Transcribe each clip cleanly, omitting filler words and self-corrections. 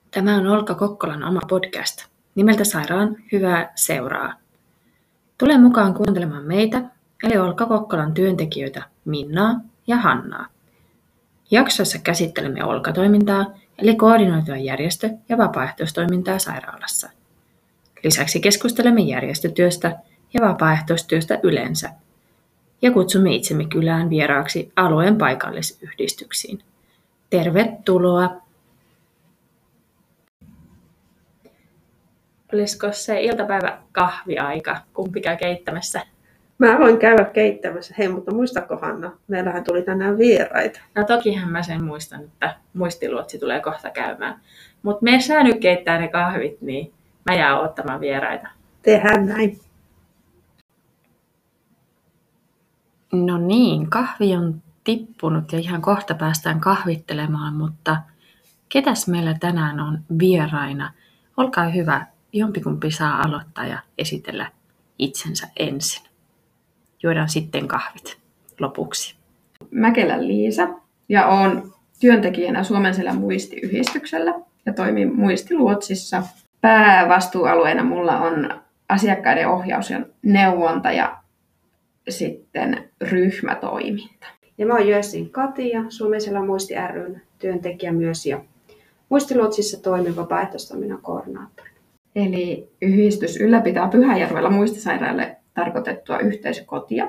Tämä on Olka Kokkolan oma podcast, nimeltä Sairaan hyvää seuraa. Tule mukaan kuuntelemaan meitä, eli Olka Kokkolan työntekijöitä Minnaa ja Hannaa. Jaksoissa käsittelemme Olka-toimintaa, eli koordinoitua järjestö- ja vapaaehtoistoimintaa sairaalassa. Lisäksi keskustelemme järjestötyöstä ja vapaaehtoistyöstä yleensä, ja kutsumme itsemme kylään vieraaksi alueen paikallisyhdistyksiin. Tervetuloa! Olisiko se iltapäivä kahviaika? Kumpi käy keittämässä? Mä voin käydä keittämässä. Hei, mutta muistatko Hanna, meillähän tuli tänään vieraita. No tokihan mä sen muistan, että muistiluotsi tulee kohta käymään. Mutta me sä nyt keittää ne kahvit, niin mä jään ottamaan vieraita. Tehdään näin. No niin, kahvi on tippunut ja ihan kohta päästään kahvittelemaan, mutta ketäs meillä tänään on vieraina? Olkaa hyvä, jompikumpi saa aloittaa ja esitellä itsensä ensin. Juodaan sitten kahvit lopuksi. Mäkelän Liisa ja olen työntekijänä Suomenselän muistiyhdistyksellä ja toimin muistiluotsissa. Päävastuualueena mulla on asiakkaiden ohjaus ja neuvonta ja sitten ryhmätoiminta. Ja mä oon Jössin Katia, Suomenselän muisti ry:n työntekijä myös ja muistiluotsissa toimin vapaaehtoistoiminnan koordinaattori. Eli yhdistys ylläpitää Pyhäjärvellä muistisairaille tarkoitettua yhteisökotia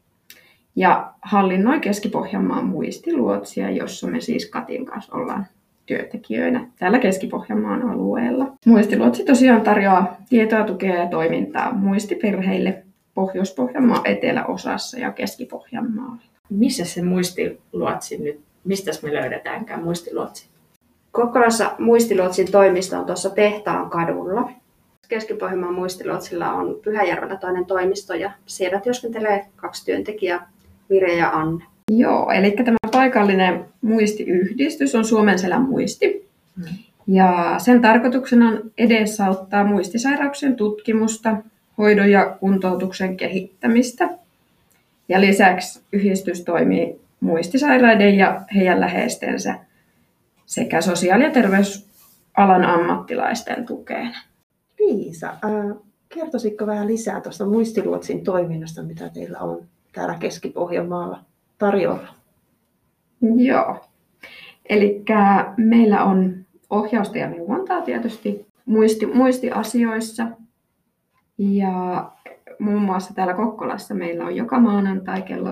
ja hallinnoi Keski-Pohjanmaan muistiluotsia, jossa me siis Katin kanssa ollaan työntekijöinä täällä Keski-Pohjanmaan alueella. Muistiluotsi tosiaan tarjoaa tietoa, tukea ja toimintaa muistiperheille Pohjois-Pohjanmaan eteläosassa ja Keski-Pohjanmaalla. Missä se muistiluotsi nyt, mistä me löydetäänkään muistiluotsi? Kokkolassa muistiluotsin toimisto on tuossa Tehtaan kadulla. Keski-Pohjanmaan muistiluotsilla on Pyhäjärvellä toinen toimisto ja siellä työskentelee 2 työntekijää, Mirja ja Anne. Joo, eli tämä paikallinen muistiyhdistys on Suomenselän muisti. Ja sen tarkoituksena on edesauttaa muistisairauksien tutkimusta, hoidon ja kuntoutuksen kehittämistä. Ja lisäksi yhdistys toimii muistisairaiden ja heidän läheistensä sekä sosiaali- ja terveysalan ammattilaisten tukena. Liisa, kertoisitko vähän lisää tuosta muistiluotsin toiminnasta, mitä teillä on täällä Keski-Pohjanmaalla tarjolla? Joo, eli meillä on ohjausta ja neuvontaa tietysti muistiasioissa. Ja muun muassa täällä Kokkolassa meillä on joka maanantai kello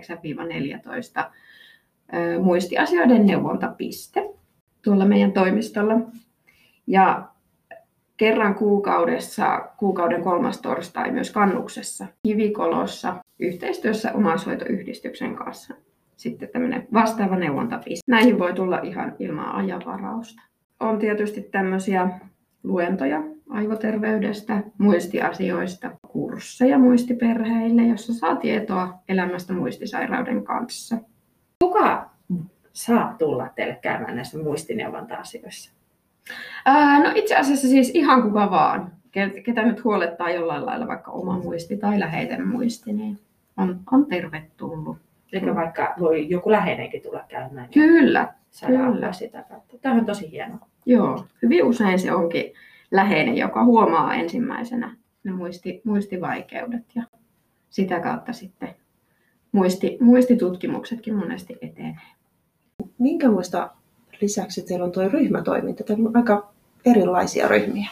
9-14 muistiasioiden neuvontapiste tuolla meidän toimistolla. Ja kerran kuukaudessa, kuukauden 3. torstai myös Kannuksessa, Kivikolossa, yhteistyössä omaishoitoyhdistyksen kanssa. Sitten tämmöinen vastaava neuvontapiste. Näihin voi tulla ihan ilman ajanvarausta. On tietysti tämmöisiä luentoja aivoterveydestä, muistiasioista, kursseja muistiperheille, jossa saa tietoa elämästä muistisairauden kanssa. Kuka saa tulla teille käymään näissä muistineuvonta-asioissa? No itse asiassa siis ihan kuka vaan. Ketä nyt huolettaa jollain lailla vaikka oma muisti tai läheinen muisti, niin on tervetullut. Eikö vaikka voi joku läheinenkin tulla käymään? Kyllä. Saada sitä kautta. Tämä on tosi hienoa. Joo, hyvin usein se onkin läheinen, joka huomaa ensimmäisenä ne muistivaikeudet ja sitä kautta sitten muistitutkimuksetkin monesti etenee. Minkä muista lisäksi teillä on tuo ryhmätoiminta? Teillä on aika erilaisia ryhmiä.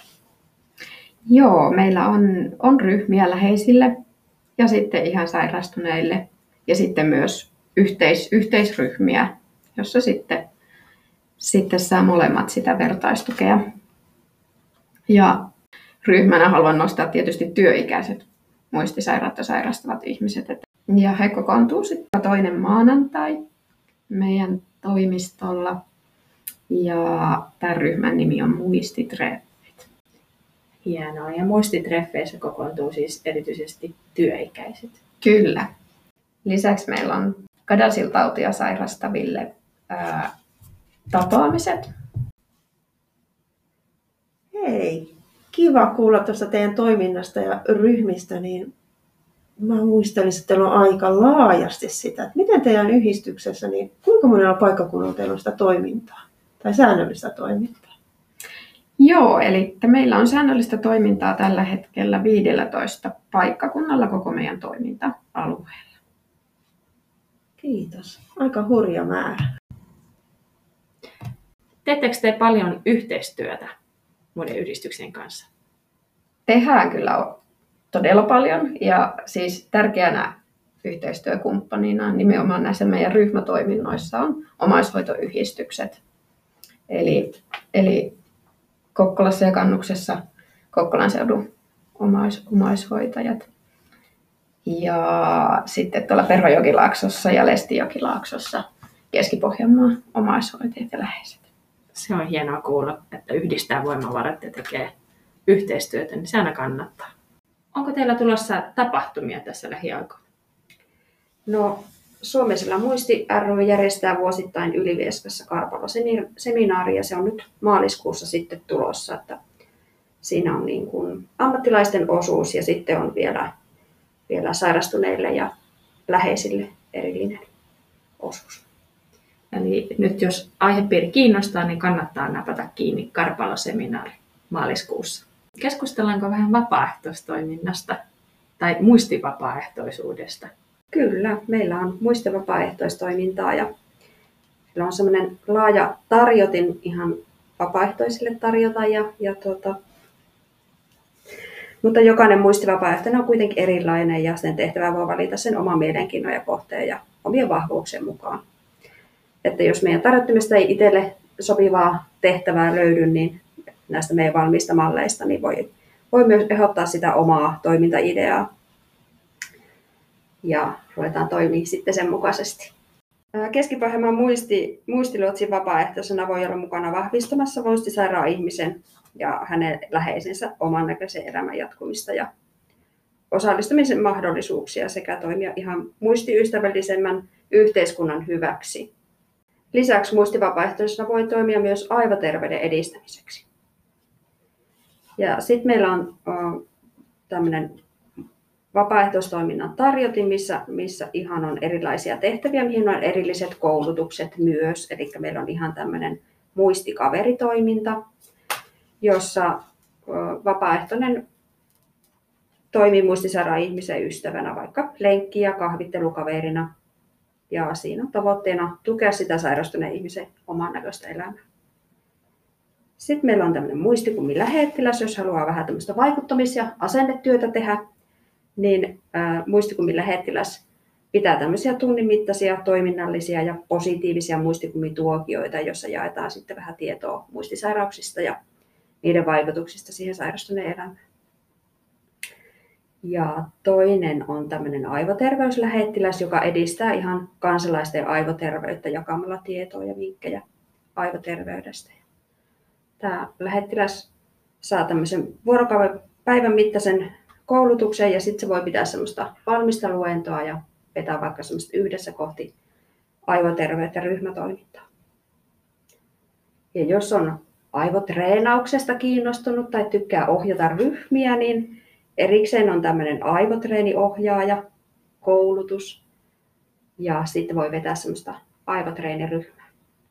Joo, meillä on ryhmiä läheisille ja sitten ihan sairastuneille ja sitten myös yhteisryhmiä, jossa sitten saa molemmat sitä vertaistukea. Ja ryhmänä haluan nostaa tietysti työikäiset muistisairautta sairastavat ihmiset. Ja he kokoontuu sitten toinen maanantai meidän toimistolla. Ja tämän ryhmän nimi on Muistitreffit. Hienoa. Ja muistitreffeissä kokoontuu siis erityisesti työikäiset. Kyllä. Lisäksi meillä on kadasiltautia sairastaville tapaamiset. Hei, kiva kuulla tuosta teidän toiminnasta ja ryhmistä, niin mä muistelisin, että teillä on aika laajasti sitä, että miten teidän yhdistyksessä, niin kuinka monella paikkakunnalla teillä on sitä toimintaa tai säännöllistä toimintaa? Joo, eli meillä on säännöllistä toimintaa tällä hetkellä 15 paikkakunnalla koko meidän toiminta-alueella. Kiitos. Aika hurja määrä. Teettekö te paljon yhteistyötä muiden yhdistyksien kanssa? Tehdään kyllä todella paljon ja siis tärkeänä yhteistyökumppanina nimenomaan näissä meidän ryhmätoiminnoissa on omaishoitoyhdistykset. Eli Kokkolassa ja Kannuksessa Kokkolan seudun omaishoitajat. Ja sitten tuolla Perhojokilaaksossa ja Lestijokilaaksossa Keski-Pohjanmaan omaishoitajat ja läheiset. Se on hienoa kuulla, että yhdistää voimavarat ja tekee yhteistyötä, niin se aina kannattaa. Onko teillä tulossa tapahtumia tässä lähiaikoina? No, Suomisella muisti ry järjestää vuosittain Ylivieskassa Karpalo-seminaari ja se on nyt maaliskuussa sitten tulossa. Että siinä on niin kuin ammattilaisten osuus ja sitten on vielä sairastuneille ja läheisille erillinen osuus. Eli nyt jos aihepiiri kiinnostaa, niin kannattaa napata kiinni Karpalo-seminaari maaliskuussa. Keskustellaanko vähän vapaaehtoistoiminnasta tai muistivapaaehtoisuudesta? Kyllä, meillä on muistivapaaehtoistoimintaa ja meillä on semmoinen laaja tarjotin ihan vapaaehtoisille tarjota. Mutta jokainen muistivapaaehtoinen on kuitenkin erilainen ja sen tehtävä voi valita sen oman mielenkiinnon ja kohteen ja omien vahvuuksien mukaan. Että jos meidän tarjottimesta ei itselle sopivaa tehtävää löydy, niin näistä meidän valmiista malleista niin voi myös ehdottaa sitä omaa toimintaideaa. Ja ruvetaan toimimaan sitten sen mukaisesti. Keski-Pohjanmaan muistiluotsin vapaaehtoisena voi olla mukana vahvistamassa muistisairaan ihmisen ja hänen läheisensä oman näköisen elämän jatkumista ja osallistumisen mahdollisuuksia sekä toimia ihan muistiystävällisemmän yhteiskunnan hyväksi. Lisäksi muistivapaaehtoisena voi toimia myös aivoterveyden edistämiseksi. Ja sitten meillä on tämmöinen vapaaehtoistoiminnan tarjotin, missä ihan on erilaisia tehtäviä, mihin on erilliset koulutukset myös. Eli meillä on ihan tämmöinen muistikaveritoiminta, jossa vapaaehtoinen toimii muistisairaan ihmisen ystävänä, vaikka lenkki- ja kahvittelukaverina. Ja siinä on tavoitteena tukea sitä sairastuneen ihmisen oman näköistä elämää. Sitten meillä on tämmöinen muistikummin lähettiläs, jos haluaa vähän tämmöistä vaikuttamis- ja asennetyötä tehdä, niin muistikummin lähettiläs pitää tämmöisiä tunnin mittaisia toiminnallisia ja positiivisia muistikummituokioita, joissa jaetaan sitten vähän tietoa muistisairauksista ja niiden vaikutuksista siihen sairastuneen elämään. Ja toinen on tämmöinen aivoterveyslähettiläs, joka edistää ihan kansalaisten aivoterveyttä jakamalla tietoa ja vinkkejä aivoterveydestä. Tämä lähettiläs saa tämmöisen vuorokauden päivän mittaisen koulutuksen ja sitten se voi pitää semmoista valmista luentoa ja vetää vaikka semmoista yhdessä kohti aivoterveyttä ja ryhmätoimintaa. Ja jos on aivotreenauksesta kiinnostunut tai tykkää ohjata ryhmiä, niin erikseen on tämmöinen aivotreeniohjaaja, koulutus ja sitten voi vetää semmoista aivotreeniryhmää.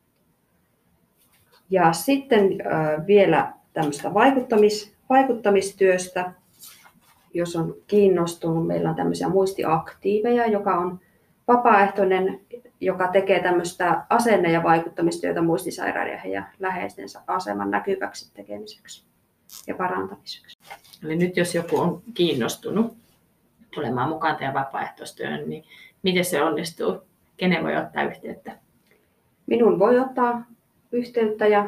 Ja sitten vielä tämmöistä vaikuttamistyöstä, jos on kiinnostunut. Meillä on tämmöisiä muistiaktiiveja, joka on vapaaehtoinen, joka tekee tämmöistä asenne- ja vaikuttamistyötä muistisairaiden ja läheistensä aseman näkyväksi tekemiseksi ja parantamiseksi. Eli nyt jos joku on kiinnostunut tulemaan mukaan teidän vapaaehtoistyöhön, niin miten se onnistuu? Kenen voi ottaa yhteyttä? Minun voi ottaa yhteyttä ja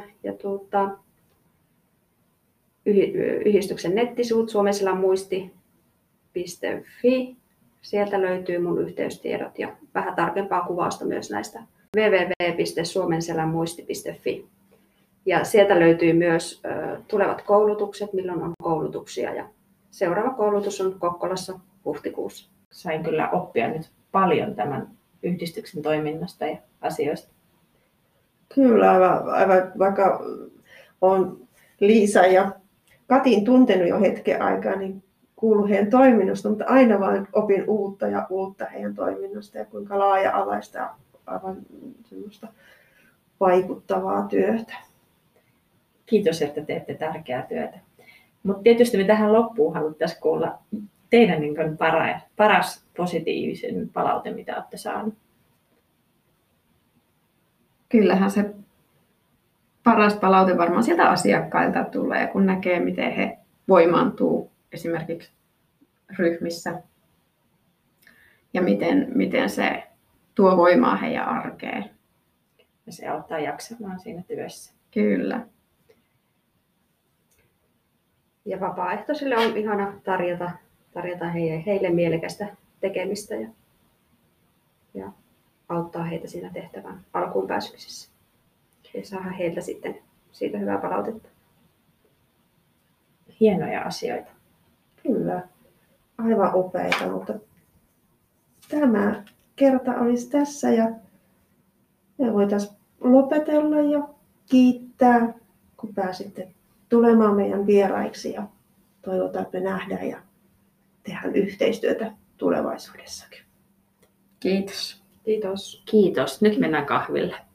yhdistyksen nettisivuut suomenselänmuisti.fi. Sieltä löytyy mun yhteystiedot ja vähän tarkempaa kuvausta myös näistä www.suomenselänmuisti.fi. Ja sieltä löytyy myös tulevat koulutukset, milloin on koulutuksia ja seuraava koulutus on Kokkolassa huhtikuussa. Sain kyllä oppia nyt paljon tämän yhdistyksen toiminnasta ja asioista. Kyllä, aivan vaikka olen Liisa ja Katin tuntenut jo hetken aikaa, niin kuuluu heidän toiminnasta, mutta aina vain opin uutta ja uutta heidän toiminnasta ja kuinka laaja-alaista ja aivan semmoista vaikuttavaa työtä. Kiitos, että teette tärkeää työtä. Mutta tietysti me tähän loppuun haluttaisiin kuulla teidän niin kuin paras positiivisen palaute, mitä olette saaneet. Kyllähän se paras palaute varmaan sieltä asiakkailta tulee, kun näkee, miten he voimaantuu esimerkiksi ryhmissä ja miten se tuo voimaa heidän arkeen. Ja se auttaa jaksamaan siinä työssä. Kyllä. Ja vapaaehtoisille on ihana tarjota heille mielekästä tekemistä ja auttaa heitä siinä tehtävän alkuun pääsemisessä. Ja saada heiltä sitten siitä hyvää palautetta. Hienoja asioita. Kyllä, aivan upeita, mutta tämä kerta olisi tässä ja me voitaisiin lopetella ja kiittää, kun pääsitte tulemaan meidän vieraiksi ja toivotaan, että me nähdään ja tehdään yhteistyötä tulevaisuudessakin. Kiitos. Kiitos. Kiitos. Nyt mennään kahville.